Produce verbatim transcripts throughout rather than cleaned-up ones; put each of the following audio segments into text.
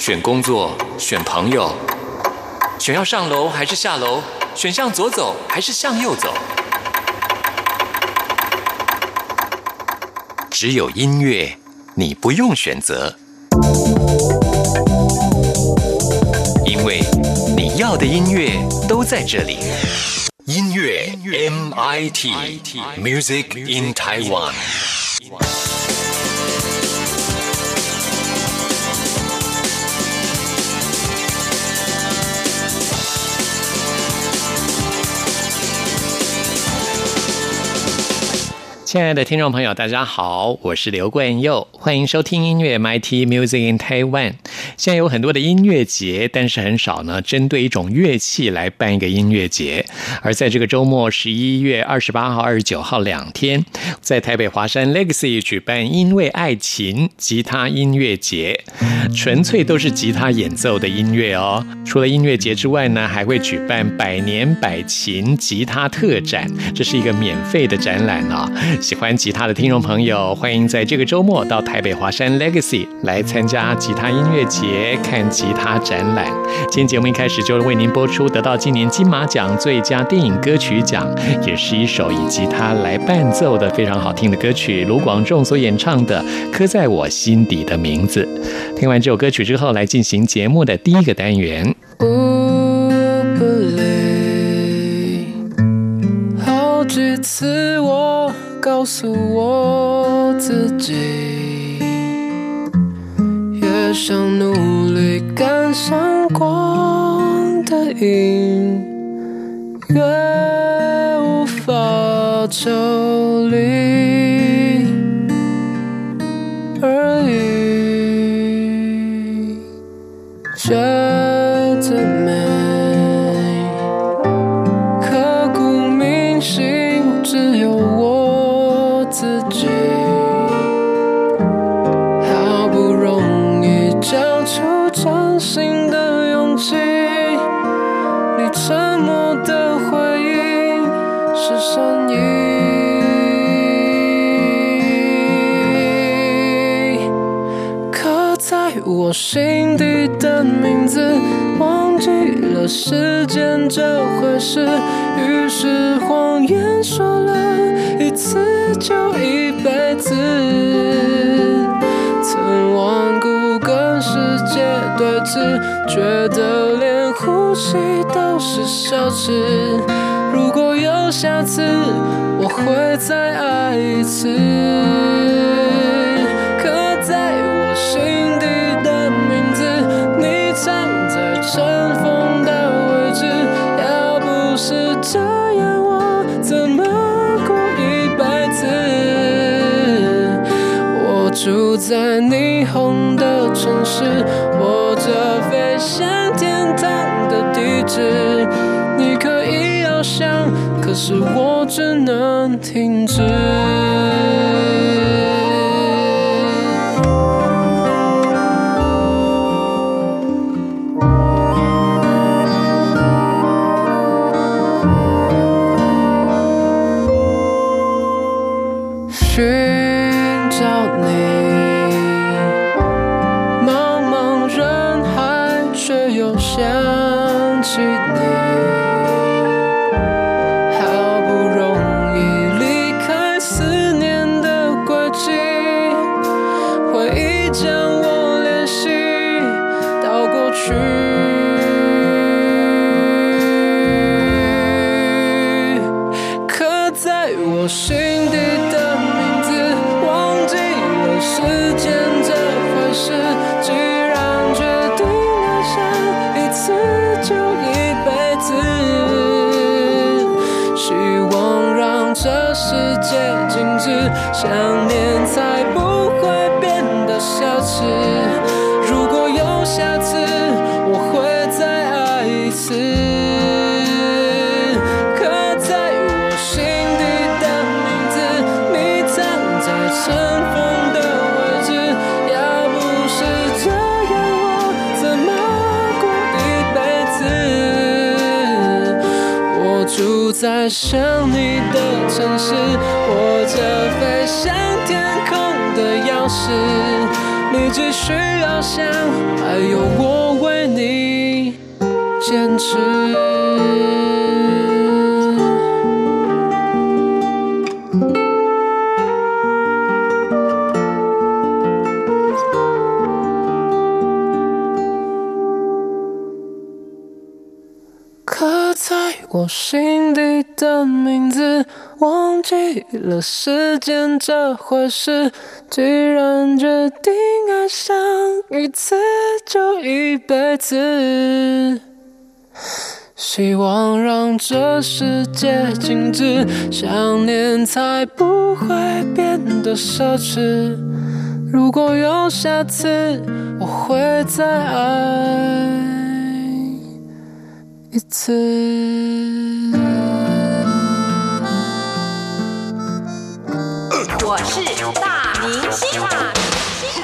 选工作，选朋友，选要上楼还是下楼，选向左走还是向右走。只有音乐，你不用选择，因为你要的音乐都在这里。音乐 M I T Music in Taiwan。亲爱的听众朋友，大家好，我是刘冠佑，欢迎收听音乐 M I T Music in Taiwan。现在有很多的音乐节，但是很少呢针对一种乐器来办一个音乐节。而在这个周末十一月二十八号、二十九号两天，在台北华山 Legacy 举办因为爱琴吉他音乐节，纯粹都是吉他演奏的音乐哦。除了音乐节之外呢，还会举办百年百琴吉他特展，这是一个免费的展览啊、哦。喜欢吉他的听众朋友，欢迎在这个周末到台北华山 Legacy 来参加吉他音乐节，看吉他展览。今天节目一开始就为您播出得到今年金马奖最佳电影歌曲奖，也是一首以吉他来伴奏的非常好听的歌曲，卢广仲所演唱的《刻在我心底的名字》。听完这首歌曲之后，来进行节目的第一个单元。 好几次我告诉我自己，越想努力赶上光的影，越无法抽离而已，觉得美刻骨铭心，只有我自己，好不容易讲出真心的勇气，你沉默的回应是善意，刻在我心底的名字，忘记了时间这回事，于是谎言说了一次就一辈子，曾顽固跟世界对峙，觉得连呼吸都是奢侈，如果有下次我会再爱一次，刻在我心底的名字，你藏在尘封的位置，要不是这样我怎么过一辈子，我住在霓虹的城市，握着飞向天堂的地址，你可以翱翔，可是我只能停止。寻找你，茫茫人海，却又想起你，好不容易离开思念的轨迹，回忆将我联系到过去，刻在我心底的名字，忘记了时间这回事，既然决定爱上一次就一辈子，希望让这世界静止，想念才不会变得奢侈，如果有下次我会再爱一次，刻在我心底的名字，你藏在尘封的位置，要不是这样我怎么过一辈子，我住在想你的城市，握着飞向天空的钥匙，你只需要想，还有我痴。刻在我心底的名字，忘记了时间这回事。既然决定爱上一次，就一辈子。希望让这世界静止，想念才不会变得奢侈。如果有下次，我会再爱一次。 我是大明星，大明星。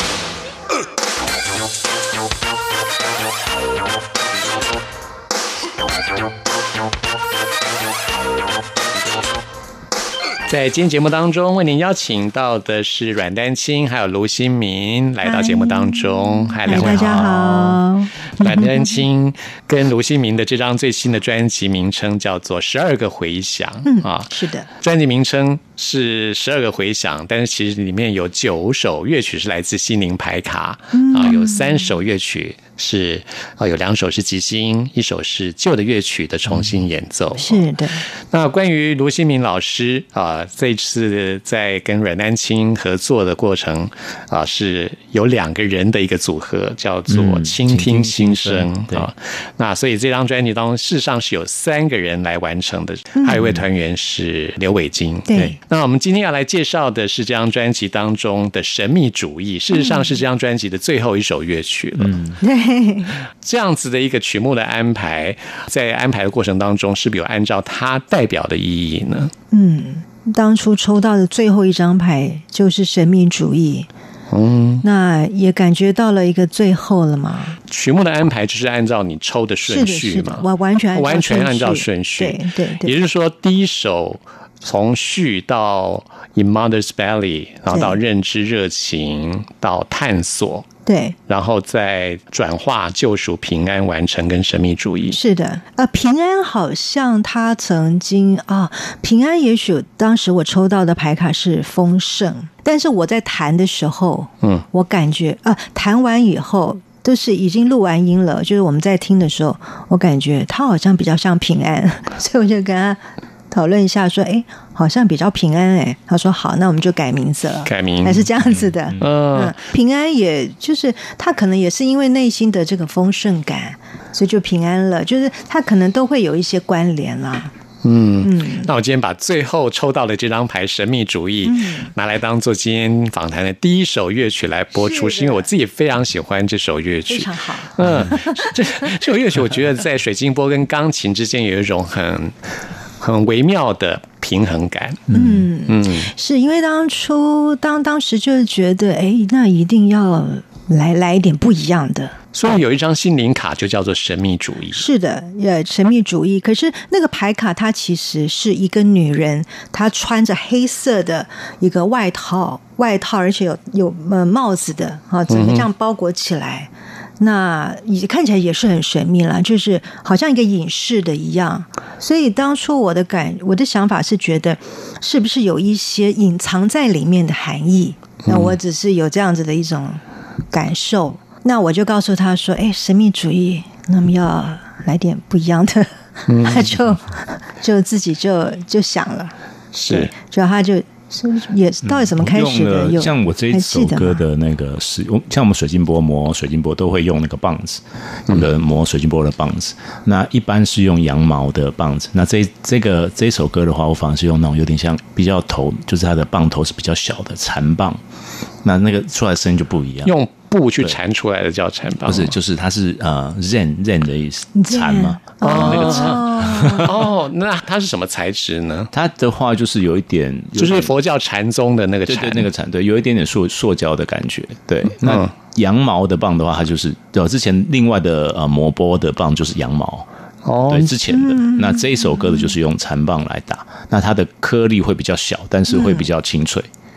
在今天节目当中，为您邀请到的是阮丹青还有卢新民来到节目当中。嗨，两位好。 大家好。 阮丹青跟卢新民的这张最新的专辑名称叫做《十二个回响》。 嗯啊， 是的， 专辑名称是十二个回响，但是其实里面有九首乐曲是来自心灵牌卡，嗯、啊，有三首乐曲是啊，有两首是即兴，一首是旧的乐曲的重新演奏。 嗯、是的。 那关于卢新民老师啊，这一次在跟阮丹青合作的过程啊，是有两个人的一个组合，叫做倾听心声、嗯、啊。那所以这张专辑当中，事实上是有三个人来完成的，嗯、还有一位团员是刘伟京。 对。 那我们今天要来介绍的是这张专辑当中的神秘主义，事实上是这张专辑的最后一首乐曲了。嗯， 对。 这样子的一个曲目的安排，在安排的过程当中，是不是有按照它代表的意义呢？ 嗯，当初抽到的最后一张牌就是神秘主义。嗯，那也感觉到了一个最后了嘛。 曲目的安排就是按照你抽的顺序嘛， 我完全完全按照顺序。 对对对， 也就是说，第一首从序到 In Mother's Belly， 然后到认知热情，到探索。 对， 然后再转化、救赎、平安、完成跟神秘主义。 是的，呃，平安好像他曾经啊，平安也许当时我抽到的牌卡是丰盛，但是我在弹的时候，嗯，我感觉啊，弹完以后都是已经录完音了，就是我们在听的时候，我感觉他好像比较像平安，所以我就跟他讨论一下说，哎，好像比较平安哎。他说好，那我们就改名字了， 改名还是这样子的。 嗯， 嗯平安也就是他可能也是因为内心的这个丰盛感，所以就平安了。就是他可能都会有一些关联啦。 嗯嗯，那我今天把最后抽到的这张牌神秘主义、嗯、拿来当做今天访谈的第一首乐曲来播出， 是, 是因为我自己非常喜欢这首乐曲， 非常好。 嗯，这这首乐曲我觉得在水晶波跟钢琴之间有一种很很微妙的平衡感。 嗯嗯，是因为当初当当时就是觉得，哎，那一定要来来一点不一样的。 所以有一张心灵卡就叫做神秘主义。 是的，呃，神秘主义。可是那个牌卡它其实是一个女人，她穿着黑色的一个外套，外套而且有有呃帽子的啊，整个这样包裹起来。嗯，那看起来也是很神秘啦，就是好像一个隐士的一样。所以当初我的感我的想法是觉得是不是有一些隐藏在里面的含义，那我只是有这样子的一种感受。那我就告诉他说，哎，神秘主义那么要来点不一样的，嗯、他就就自己就就想了， 是， 就他就。也到底怎么开始的？ 用像我这一首歌的那个使用，像我们水晶波磨水晶波都会用那个棒子，我们的磨水晶波的棒子。那一般是用羊毛的棒子。那这这个这首歌的话，我反而是用那种有点像比较头，就是它的棒头是比较小的缠棒。那那个出来的声音就不一样。 用布去缠出来的叫缠棒， 不是，就是它是呃 zen zen 的意思，缠嘛， 哦， 那个缠。 哦，那它是什么材质呢？ 它的话就是有一点， 就是佛教禅宗的那个禅， 对对，那个禅，对，有一点点塑塑胶的感觉。对，那羊毛的棒的话，它就是对，之前另外的呃磨波的棒就是羊毛。哦，对，之前的那这一首歌的就是用缠棒来打，那它的颗粒会比较小，但是会比较清脆。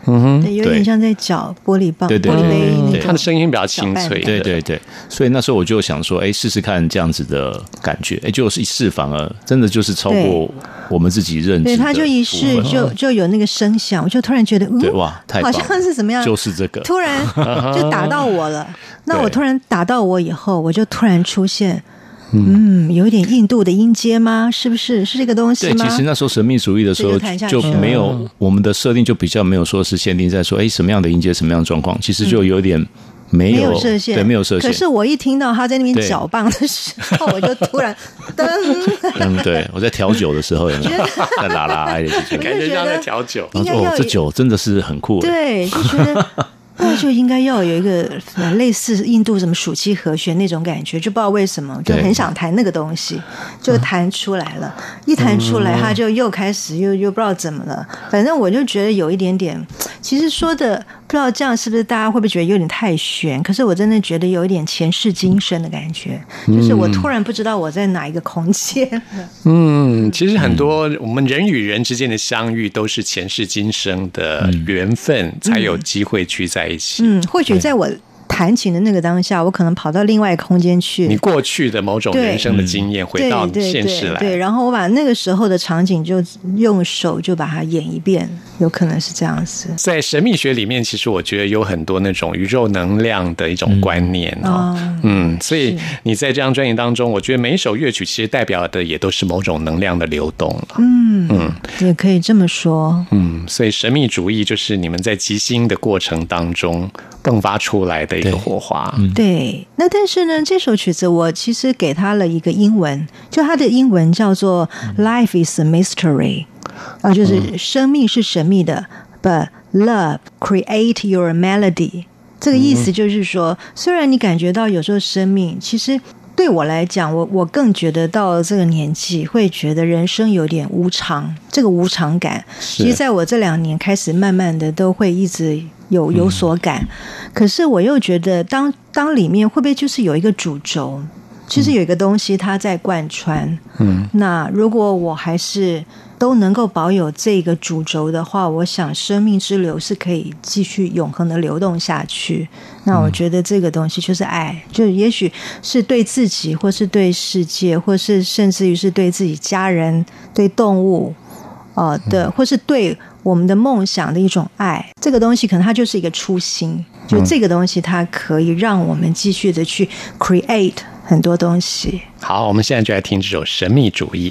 嗯哼， 对，有点像在搅玻璃棒、 对对玻璃杯那种。 对它的声音比较清脆， 对对对，所以那时候我就想说，哎，试试看这样子的感觉，哎，就是一试反而真的就是超过我们自己认知的部分。 对，他就一试就就有那个声响，我就突然觉得，嗯， 对哇，太棒了， 好像是怎么样， 就是这个， 突然就打到我了。那我突然打到我以后，我就突然出现。嗯，有一点印度的音阶吗？是不是是这个东西吗？ 对，其实那时候神秘主义的时候就没有我们的设定，就比较没有说是限定在说，哎，什么样的音阶，什么样的状况，其实就有点没有、 没有设限， 对，没有设限。 可是我一听到他在那边搅棒的时候，我就突然噔， 嗯，对，我在调酒的时候有没有在拉拉哎， 感觉像在调酒。 哦，这酒真的是很酷， 对，就觉得。那就应该要有一个类似印度什么暑期和弦那种感觉，就不知道为什么就很想弹那个东西，就弹出来了。一弹出来，他就又开始又又不知道怎么了。反正我就觉得有一点点，其实说的不知道这样是不是大家会不会觉得有点太玄？可是我真的觉得有一点前世今生的感觉，就是我突然不知道我在哪一个空间。 嗯，其实很多我们人与人之间的相遇都是前世今生的缘分，才有机会聚在。 嗯，或许在我弹琴的那个当下，我可能跑到另外一个空间去， 你过去的某种人生的经验回到现实来， 对，然后我把那个时候的场景就用手就把它演一遍，有可能是这样子。 在神秘学里面，其实我觉得有很多那种宇宙能量的一种观念哦，嗯，嗯，所以你在这张专辑当中，我觉得每一首乐曲其实代表的也都是某种能量的流动了，嗯嗯，也可以这么说， 嗯，所以神秘主义就是你们在即兴的过程当中迸发出来的一个火花。 对，嗯、对，那但是呢，这首曲子我其实给它了一个英文，就它的英文叫做 Life is a mystery， 啊，就是生命是神秘的，嗯、but love create your melody。这个意思就是说，嗯、虽然你感觉到有时候生命，其实对我来讲，我我更觉得到了这个年纪，会觉得人生有点无常。这个无常感，其实在我这两年开始慢慢的都会一直有有所感。嗯、可是我又觉得当，当当里面会不会就是有一个主轴，就是有一个东西它在贯穿。嗯，那如果我还是都能够保有这个主轴的话，我想生命之流是可以继续永恒的流动下去。那我觉得这个东西就是爱，就也许是对自己，或是对世界，或是甚至于是对自己家人、对动物，呃的，或是对我们的梦想的一种爱。这个东西可能它就是一个初心，就这个东西它可以让我们继续的去 create 很多东西。 好，我们现在就来听这首《神秘主义》。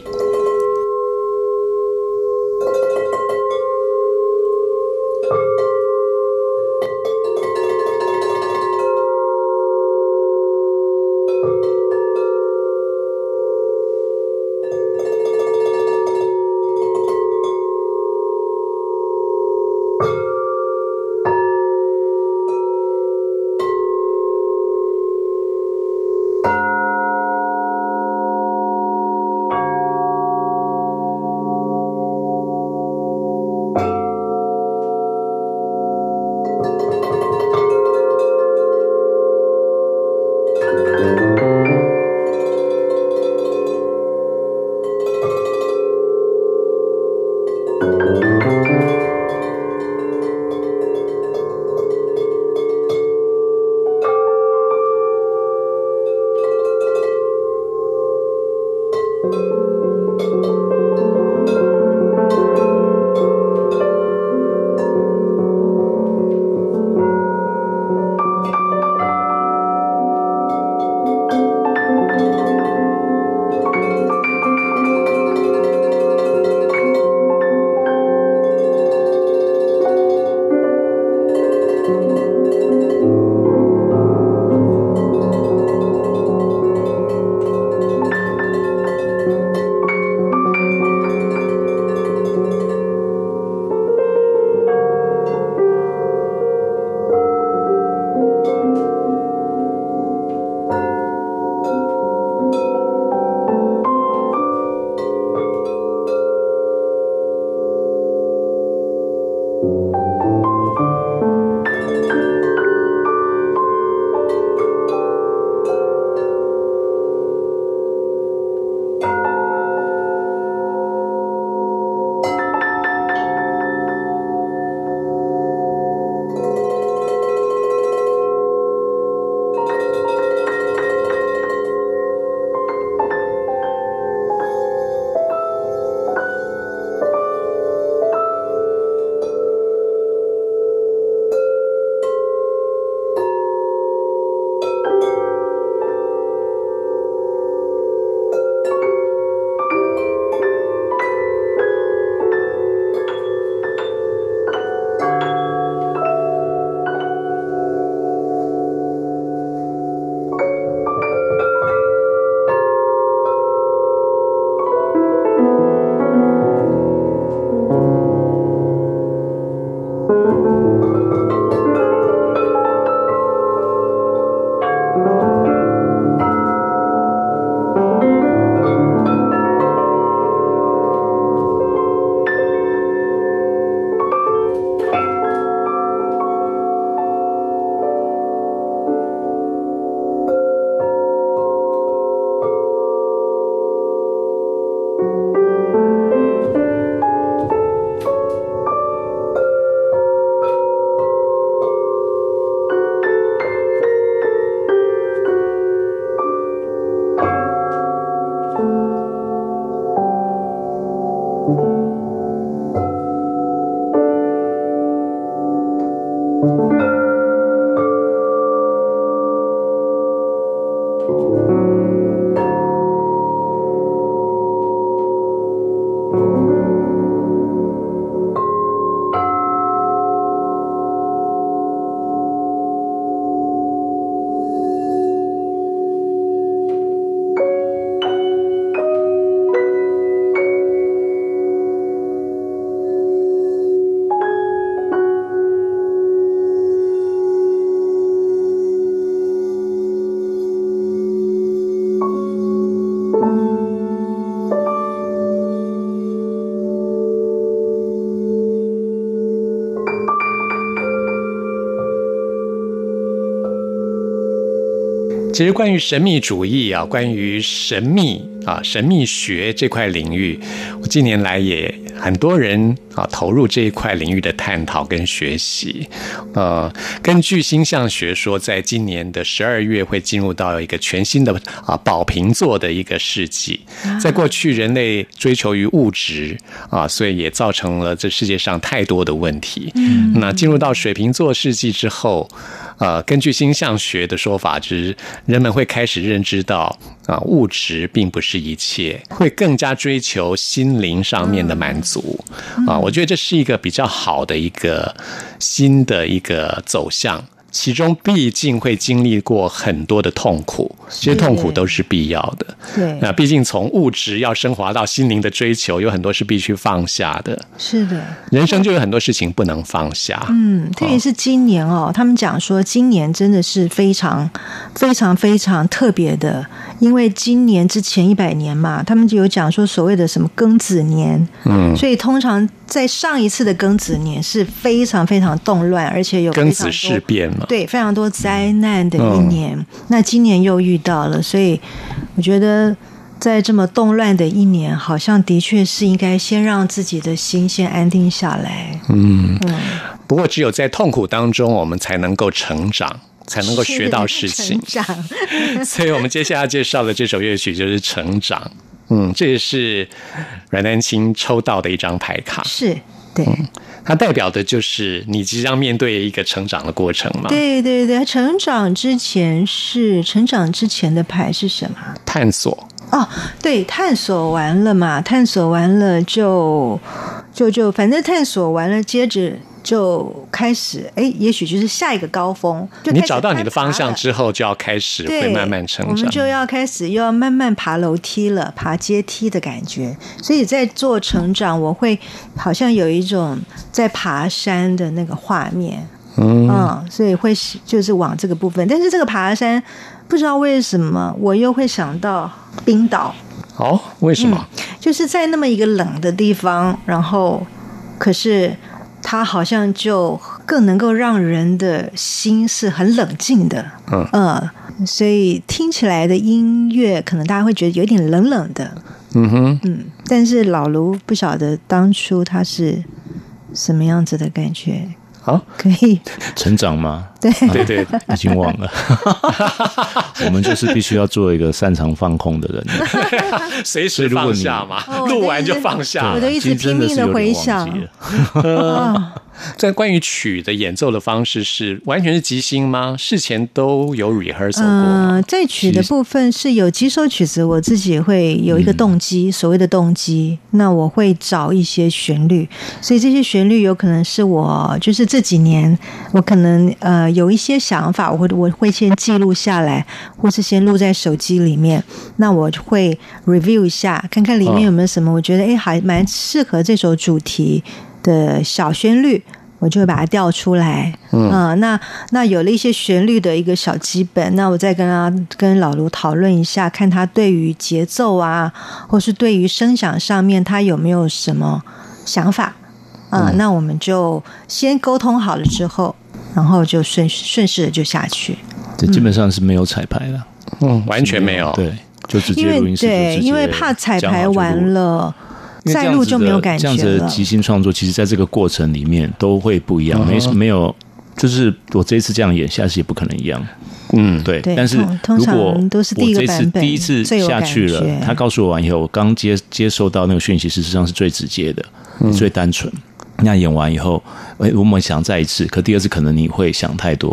其实关于神秘主义啊，关于神秘啊、神秘学这块领域，我近年来也很多人啊投入这一块领域的探讨跟学习。呃，根据星象学说，在今年的十二月会进入到一个全新的啊宝瓶座的一个世纪。在过去，人类追求于物质啊，所以也造成了这世界上太多的问题。嗯，那进入到水瓶座世纪之后，呃，根据星象学的说法，就是人们会开始认知到啊，物质并不是一切，会更加追求心灵上面的满足啊。我觉得这是一个比较好的一个新的一个走向。其中毕竟会经历过很多的痛苦，这些痛苦都是必要的。 对， 那毕竟从物质要升华到心灵的追求，有很多是必须放下的。 是的， 人生就有很多事情不能放下。 嗯，特别是今年哦，他们讲说今年真的是非常非常非常特别的，因为今年之前一百年嘛，他们就有讲说所谓的什么庚子年，嗯，所以通常在上一次的庚子年是非常非常动乱，而且有非常多庚子事变嘛， 对，非常多灾难的一年。嗯、那今年又遇到了，所以我觉得在这么动乱的一年，好像的确是应该先让自己的心先安定下来。嗯嗯。 不过只有在痛苦当中，我们才能够成长，才能够学到事情。 成长。 所以我们接下来介绍的这首乐曲就是《成长》。嗯，这也是阮丹青抽到的一张牌卡。 是。对、嗯， 它代表的就是你即将面对一个成长的过程嘛。 对对对，成长之前是成长之前的牌是什么？ 探索。 哦，对，探索完了嘛，探索完了就就就反正探索完了，接着就开始，哎，也许就是下一个高峰。就你找到你的方向之后，就要开始会慢慢成长。 我们就要开始又要慢慢爬楼梯了，爬阶梯的感觉。所以在做成长，我会好像有一种在爬山的那个画面。嗯, 嗯，所以会就是往这个部分。但是这个爬山，不知道为什么我又会想到冰岛。 哦，为什么？ 嗯、就是在那么一个冷的地方，然后可是它好像就更能够让人的心是很冷静的。嗯嗯，所以听起来的音乐可能大家会觉得有点冷冷的。嗯哼，嗯，但是老卢不晓得当初他是什么样子的感觉。 好， 可以成长吗？ 对对对， 已经忘了。我们就是必须要做一个擅长放空的人， 随时放下嘛，录完就放下。 我都一直拼命的回想。 在关于曲的演奏的方式是完全是即兴吗？事前都有 rehearsal 过吗？ 呃，在曲的部分是有几首曲子，我自己会有一个动机，嗯、所谓的动机。那我会找一些旋律，所以这些旋律有可能是我就是这几年我可能呃有一些想法，我会我会先记录下来，或是先录在手机里面。那我会 review 一下，看看里面有没有什么我觉得哎还蛮适合这首主题的小旋律，我就会把它调出来。嗯、呃，那那有了一些旋律的一个小基本，那我再跟他跟老卢讨论一下，看他对于节奏啊，或是对于声响上面，他有没有什么想法啊、呃嗯？那我们就先沟通好了之后，然后就顺顺势的就下去。 这基本上是没有彩排了， 嗯，完全没有， 对，就直接录音室就直接对，因为怕彩排完了。再录就没有感觉了。 这样子的即兴创作，其实在这个过程里面都会不一样，没、嗯、没有，就是我这一次这样演，下次也不可能一样。嗯，对。 对， 但是如果都是第一个版本， 第一次下去了，他告诉我完以后，我刚接接收到那个讯息，事实上是最直接的，嗯、最单纯。那演完以后，我们想再一次，可第二次可能你会想太多。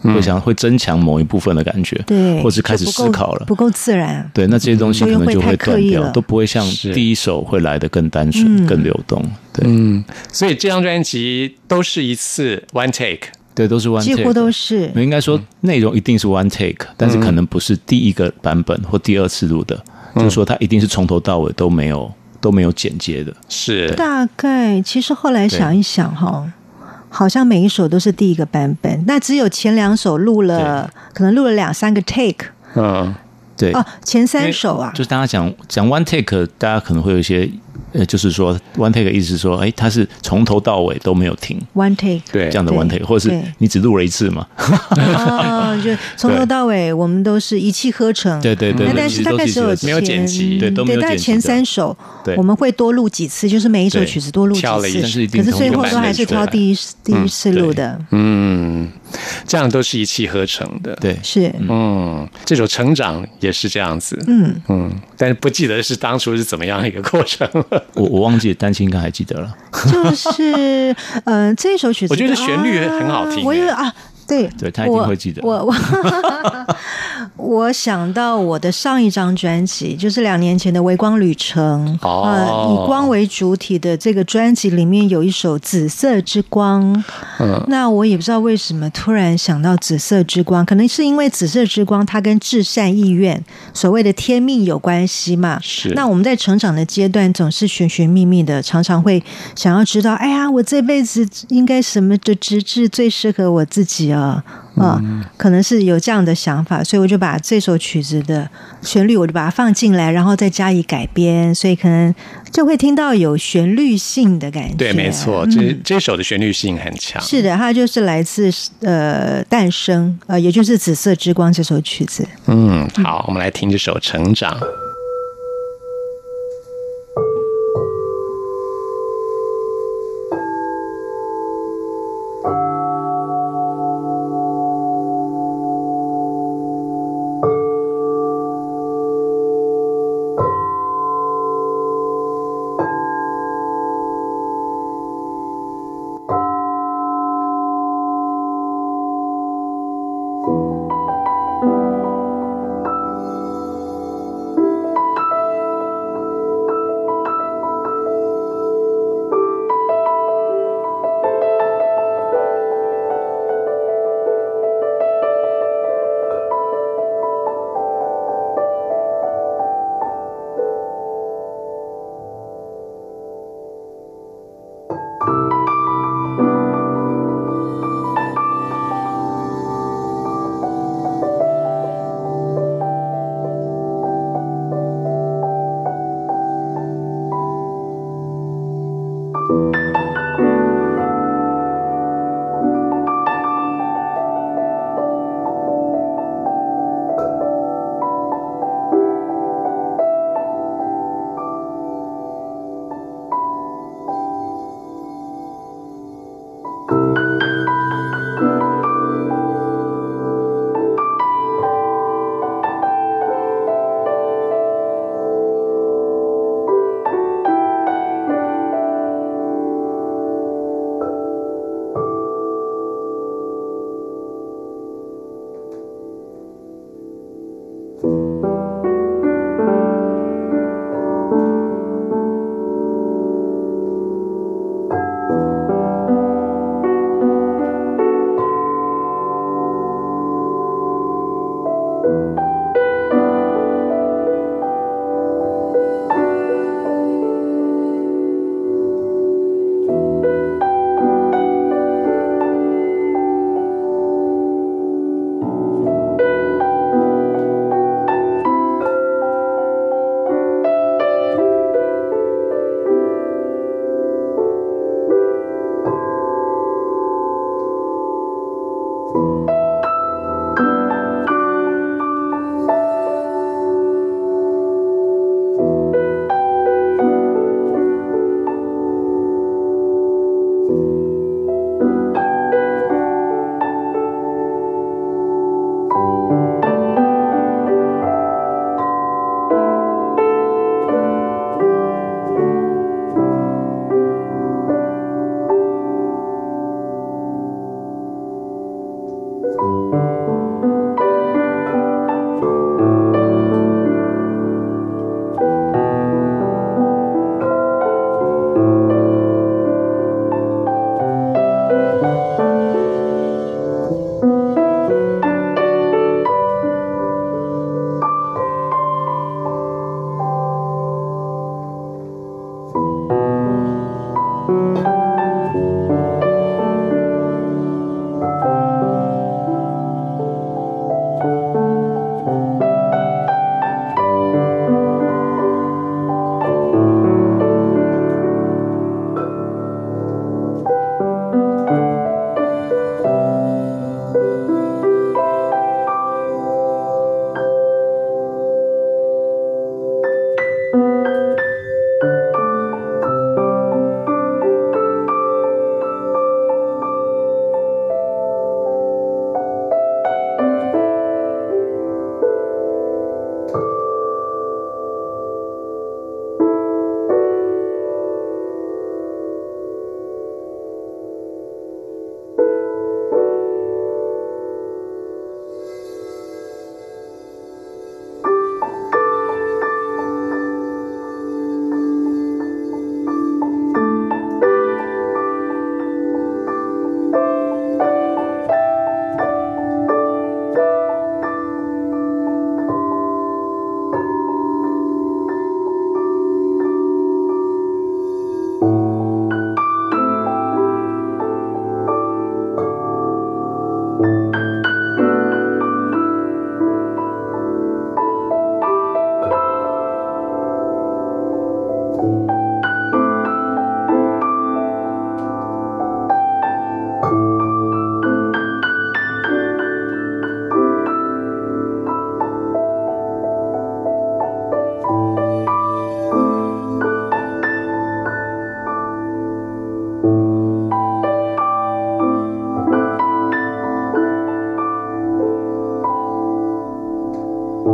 会想会增强某一部分的感觉， 对， 或是开始思考了， 不够自然。 对，那这些东西可能就会断掉，都不会像是第一首会来得更单纯、 嗯更流动。对， 嗯，所以这张专辑都是一次 one take。 对，都是 one take， 几乎都是。 应该说内容一定是 one take， 但是可能不是第一个版本或第二次录的，嗯、就是说它一定是从头到尾都没有都没有剪接的。 是， 大概其实后来想一想哈，好像每一首都是第一个版本，那只有前两首录了，可能录了两三个 take。 嗯， 对。 哦，前三首啊， 就是大家讲讲 one take， 大家可能会有一些。呃，就是说 one take 的意思是说，哎，它是从头到尾都没有停 one take， 对， 这样的 one take， 或者是你只录了一次嘛？ 哦，就从头到尾我们都是一气呵成， 对对 对, 对。 但是大概只有没有剪辑， 对，都没有剪辑。 但前三首我们会多录几次，就是每一首曲子多录几次，可是最后都还是挑第一第一次录的。 嗯，这样都是一气呵成的， 对， 是。 嗯，这首《成长》也是这样子， 嗯嗯，但是不记得是当初是怎么样一个过程了。 我我忘记了，丹青应该还记得了。 就是呃，这首曲子我觉得旋律很好听、欸啊， 我有啊。对， 对他一定会记得。 我我我想到我的上一张专辑，就是两年前的《微光旅程》 哦、 呃，以光为主体的这个专辑里面有一首《紫色之光》。嗯，那我也不知道为什么突然想到《紫色之光》，可能是因为《紫色之光》它跟至善意愿所谓的天命有关系嘛。 是。 那我们在成长的阶段总是寻寻觅觅的，常常会想要知道，哎呀，我这辈子应该什么的职志最适合我自己。啊、嗯，可能是有这样的想法，所以我就把这首曲子的旋律，我就把它放进来，然后再加以改编，所以可能就会听到有旋律性的感觉。 对，没错，这、嗯、这首的旋律性很强。 是的，它就是来自呃诞生，呃，也就是《紫色之光》这首曲子。 嗯，好，我们来听这首《成长》。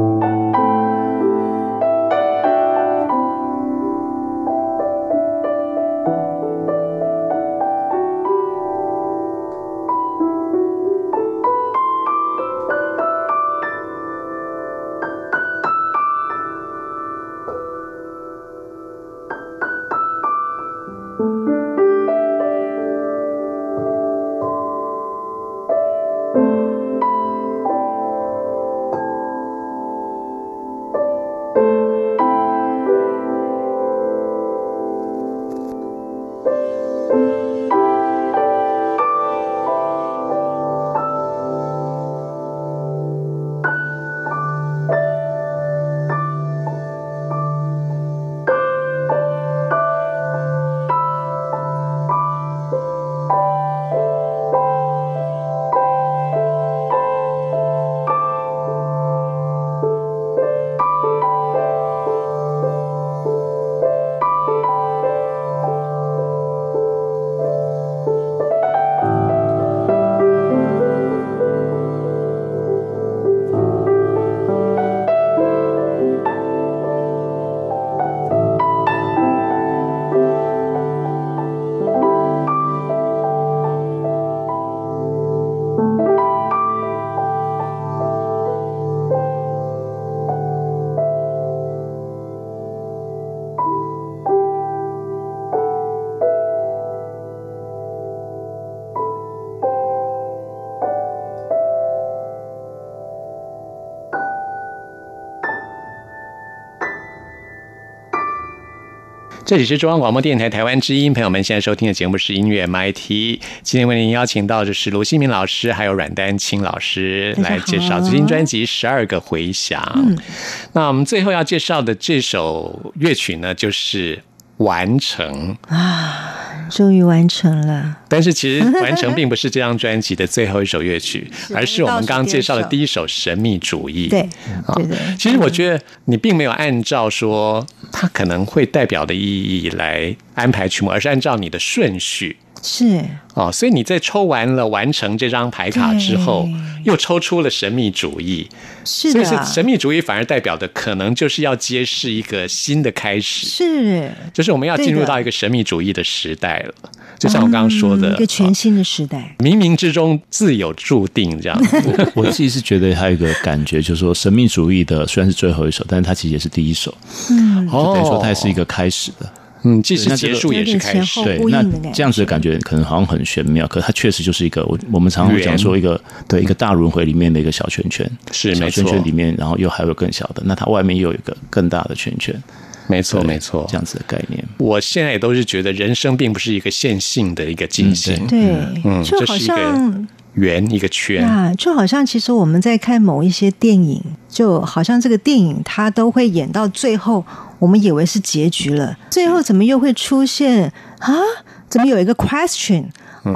这里是中央广播电台台湾之音，朋友们现在收听的节目是音乐 M I T。今天为您邀请到的是卢新民老师，还有阮丹青老师来介绍最新专辑《十二个回响》。嗯，那我们最后要介绍的这首乐曲呢，就是《完成》 啊。终于完成了， 但是其实完成并不是这张专辑的最后一首乐曲，而是我们刚刚介绍的第一首《神秘主义》。 对，对对。 其实我觉得你并没有按照说它可能会代表的意义来安排曲目，而是按照你的顺序。 是哦，所以你在抽完了完成这张牌卡之后，又抽出了神秘主义。 是的， 所以是神秘主义反而代表的可能就是要揭示一个新的开始， 是， 就是我们要进入到一个神秘主义的时代了。就像我刚刚说的、 嗯，一个全新的时代， 冥冥之中自有注定这样我。我自己是觉得还有一个感觉，就是说神秘主义的虽然是最后一首，但是它其实也是第一首，嗯，就等于说它也是一个开始的。 嗯，既是结束也是开始， 对，那这样子的感觉可能好像很玄妙，可它确实就是一个我我们常常会讲说一个对一个大轮回里面的一个小圈圈， 是小圈圈里面，然后又还有更小的，那它外面又有一个更大的圈圈， 没错没错， 这样子的概念。 我现在也都是觉得人生并不是一个线性的一个进行， 嗯、对，嗯，就好像。 圆一个圈啊，就好像其实我们在看某一些电影，就好像这个电影它都会演到最后，我们以为是结局了，最后怎么又会出现啊？怎么有一个 question？哦、oh, ，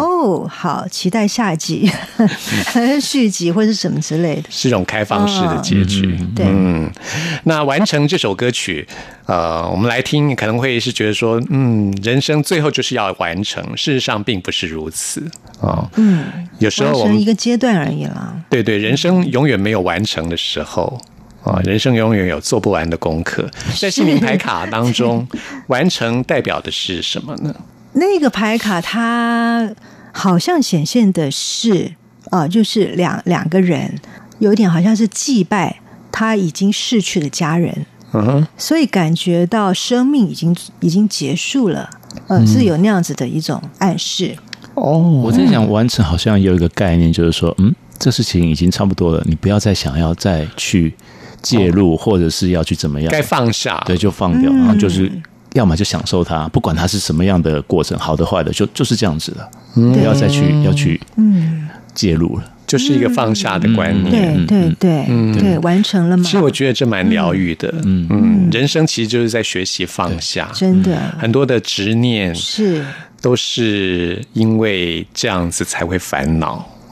好，期待下集、续集或是什么之类的， 是一种开放式的结局。 哦、对， 嗯，那完成这首歌曲，呃，我们来听，可能会是觉得说，嗯，人生最后就是要完成，事实上并不是如此哦。嗯，有时候我们一个阶段而已啦。 对对，人生永远没有完成的时候。啊，人生永远有做不完的功课。在姓名牌卡当中，完成代表的是什么呢？ 那个牌卡它好像显现的是啊、呃，就是两两个人，有点好像是祭拜他已经逝去的家人，嗯哼，所以感觉到生命已经已经结束了，呃，嗯、是有那样子的一种暗示。 哦，我在想完成好像有一个概念，就是说，嗯，这事情已经差不多了，你不要再想要再去介入，或者是要去怎么样， 该放下， 对，就放掉，然后就是要么就享受它，不管它是什么样的过程，好的坏的，就就是这样子的，嗯、不要再去要去介入了， 就是一个放下的观念。 嗯、对对对，嗯、对，完成了嘛。 其实我觉得这蛮疗愈的，嗯嗯，人生其实就是在学习放下， 真的， 很多的执念是。 都是因为这样子才会烦恼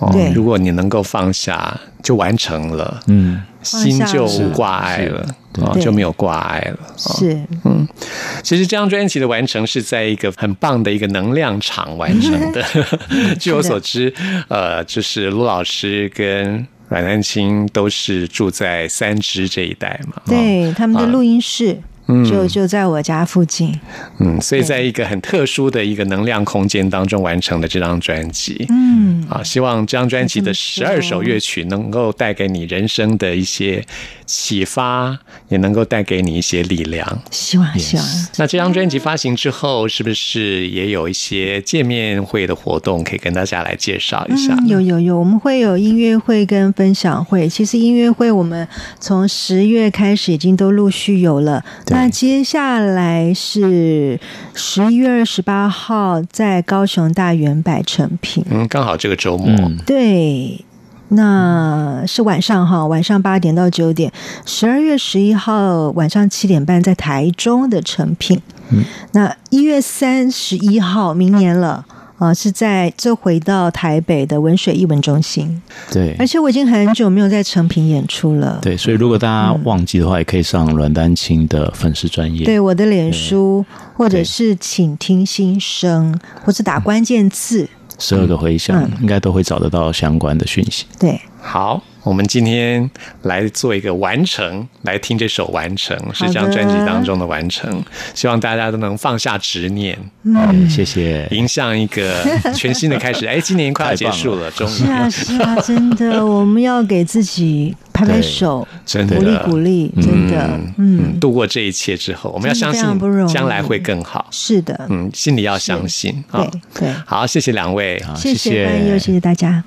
哦对， 如果你能够放下，就完成了， 嗯， 心就无挂碍了，哦， 对就没有挂碍了。哦是， 嗯，其实这张专辑的完成是在一个很棒的一个能量场完成的。据我所知，呃，就是卢老师跟阮丹青都是住在三芝这一带嘛。 对，他们的录音室。 嗯就就在我家附近， 嗯，所以在一个很特殊的一个能量空间当中完成的这张专辑， 嗯， 啊，希望这张专辑的十二首乐曲能够带给你人生的一些启发，也能够带给你一些力量。 希望希望。 那这张专辑发行之后，是不是也有一些见面会的活动可以跟大家来介绍一下？ 嗯、有有有，我们会有音乐会跟分享会。其实音乐会我们从十月开始已经都陆续有了。那接下来是十一月二十八号在高雄大圆百成品， 嗯，刚好这个周末， 嗯、 对，那是晚上哈，晚上八点到九点。十二月十一号晚上七点半在台中的成品，嗯，那一月三十一号明年了。啊，是在这回到台北的文水艺文中心， 对， 而且我已经很久没有在成品演出了， 对，所以如果大家忘记的话，也可以上阮丹青的粉丝专页， 对我的脸书，或者是请听心声，或者打关键字十二个回响、 嗯， 应该都会找得到相关的讯息。 对， 好，我们今天来做一个完成，来听这首完成，是这张专辑当中的完成，希望大家都能放下执念， 嗯，谢谢， 迎向一个全新的开始。哎，今年快要结束了，终于是啊是啊，真的，我们要给自己拍拍手， 真的鼓励鼓励，真的，嗯， 嗯度过这一切之后，我们要相信将来会更好。 是的， 嗯，心里要相信。 对对， 好，谢谢两位， 好谢谢关佑，谢谢大家。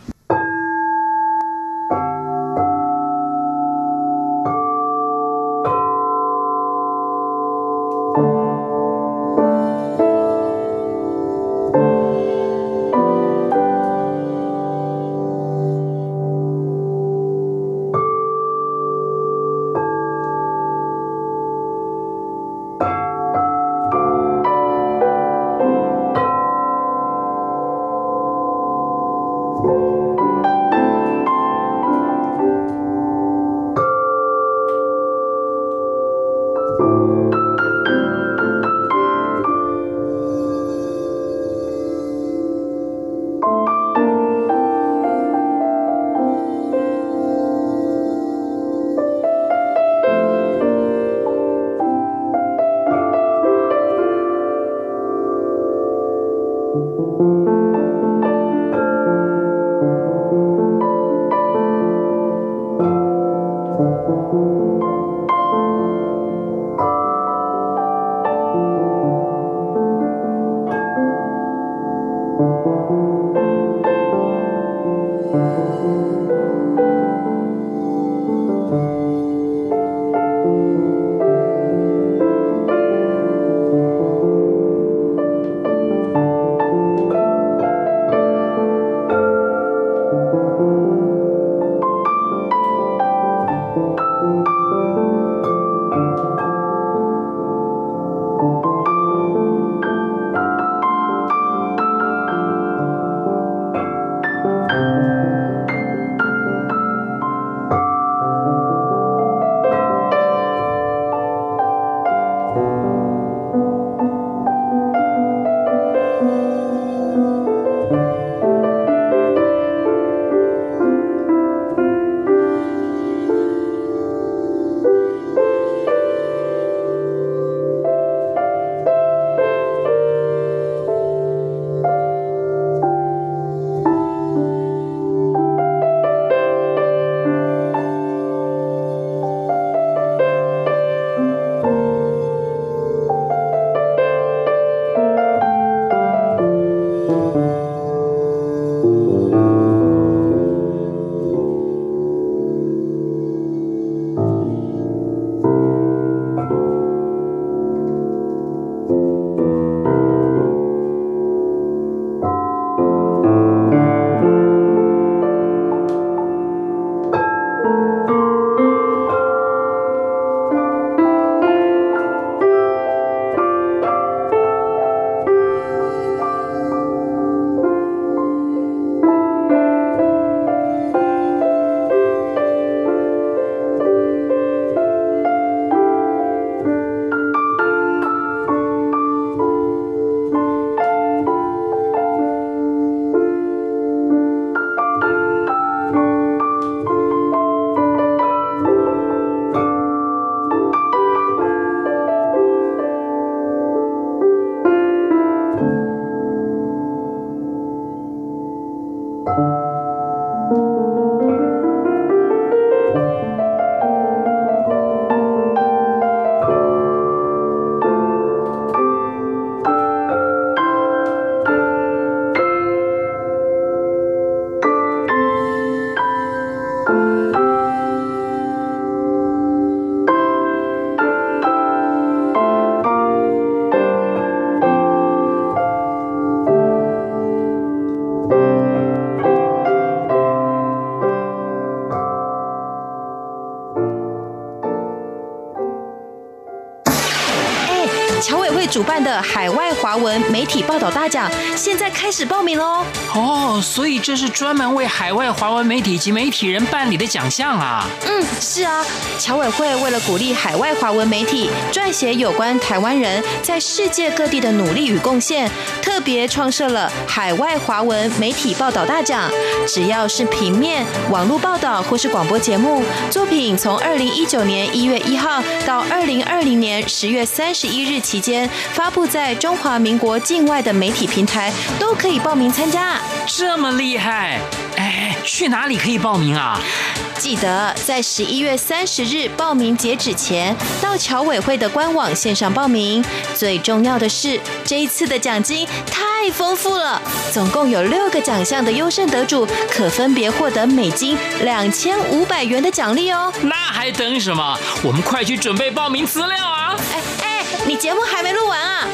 侨委会主办的海外华文媒体报道大奖现在开始报名喽！ 哦，所以这是专门为海外华文媒体及媒体人办理的奖项啊。 嗯，是啊，侨委会为了鼓励海外华文媒体撰写有关台湾人在世界各地的努力与贡献，特别创设了海外华文媒体报道大奖。只要是平面、网络报道或是广播节目作品，从二零一九年一月一号到二零二零年十月三十一日期间发布在中华民国境外的媒体平台，都可以报名参加。 这么厉害！哎，去哪里可以报名啊？ 记得在十一月三十日报名截止前，到侨委会的官网线上报名。最重要的是，这一次的奖金太丰富了，总共有六个奖项的优胜得主可分别获得美金两千五百元的奖励哦。 那还等什么？我们快去准备报名资料啊！ 哎哎，你节目还没录完啊？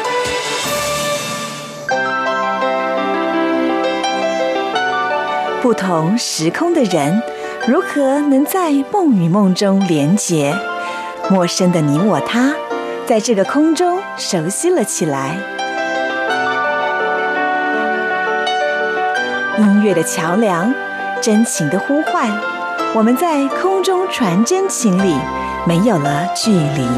不同时空的人，如何能在梦与梦中连结？陌生的你我他，在这个空中熟悉了起来。音乐的桥梁，真情的呼唤，我们在空中传真情里，没有了距离。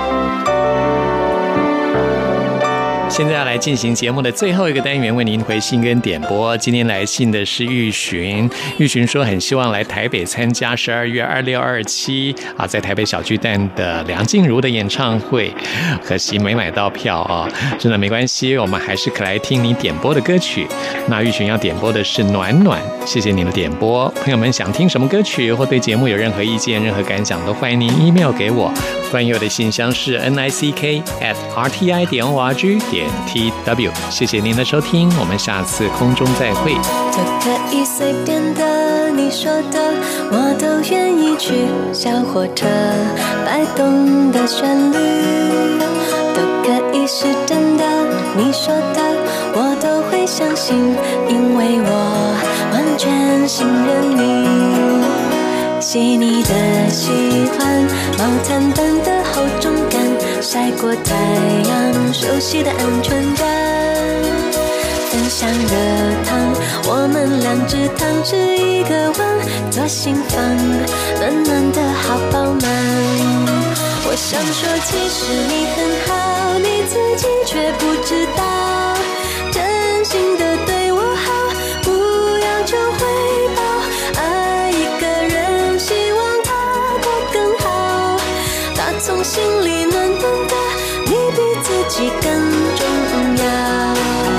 现在要来进行节目的最后一个单元，为您回信跟点播。今天来信的是玉寻，玉寻说很希望来台北参加十二月二六二七啊，在台北小巨蛋的梁静茹的演唱会，可惜没买到票啊。真的没关系，我们还是可来听你点播的歌曲。那玉寻要点播的是《暖暖》，谢谢您的点播。朋友们想听什么歌曲或对节目有任何意见、任何感想，都欢迎您 email 给我。关于我的信箱是 n i c k at r t i 点 o r g 点 t w。谢谢您的收听，我们下次空中再会。 都可以随便的，你说的我都愿意去。小火车摆动的旋律，都可以是真的，你说的我都会相信，因为我完全信任你。细腻的喜欢，毛毯般的厚重感，晒过太阳，熟悉的安全感。分享热汤，我们两只汤匙一个碗，做心房，暖暖的好饱满。我想说，其实你很好，你自己却不知道，真心的对我好，不要求回报。爱一个人，希望他过更好，打从心里暖暖的，你比自己更重要。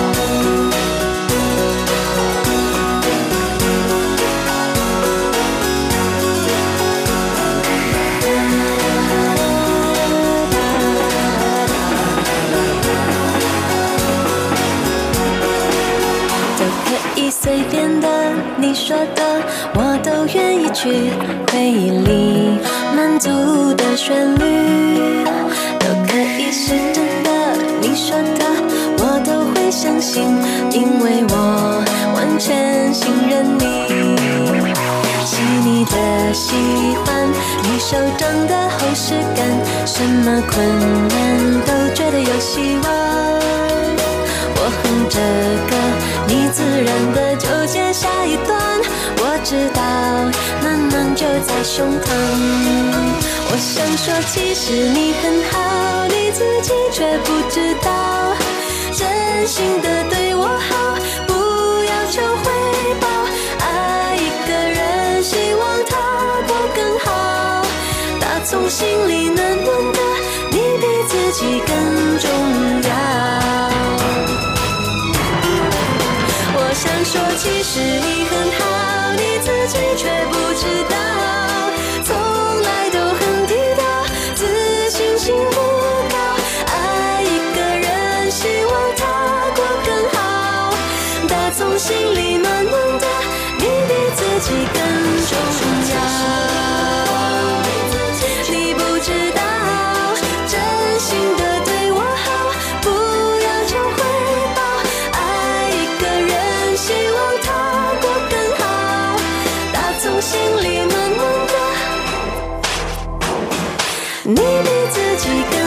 随便的，你说的我都愿意去。回忆里满足的旋律，都可以是真的，你说的我都会相信，因为我完全信任你。细腻的喜欢，你手掌的厚实感，什么困难都觉得有希望。我哼着歌，你自然的就接下一段。我知道，暖暖就在胸膛。我想说，其实你很好，你自己却不知道，真心的对我好，不要求回报。爱一个人，希望他过更好，打从心里暖暖的，你比自己更重要。我想说，其实你很好，你自己却不知道，从来都很低调，自信心不高。爱一个人，希望他过更好，打从心里暖暖的，你比自己更重要。你不知道，真心的对我好，不要求回报。爱一个人，希望他过更好，打从心里暖暖的，你比自己更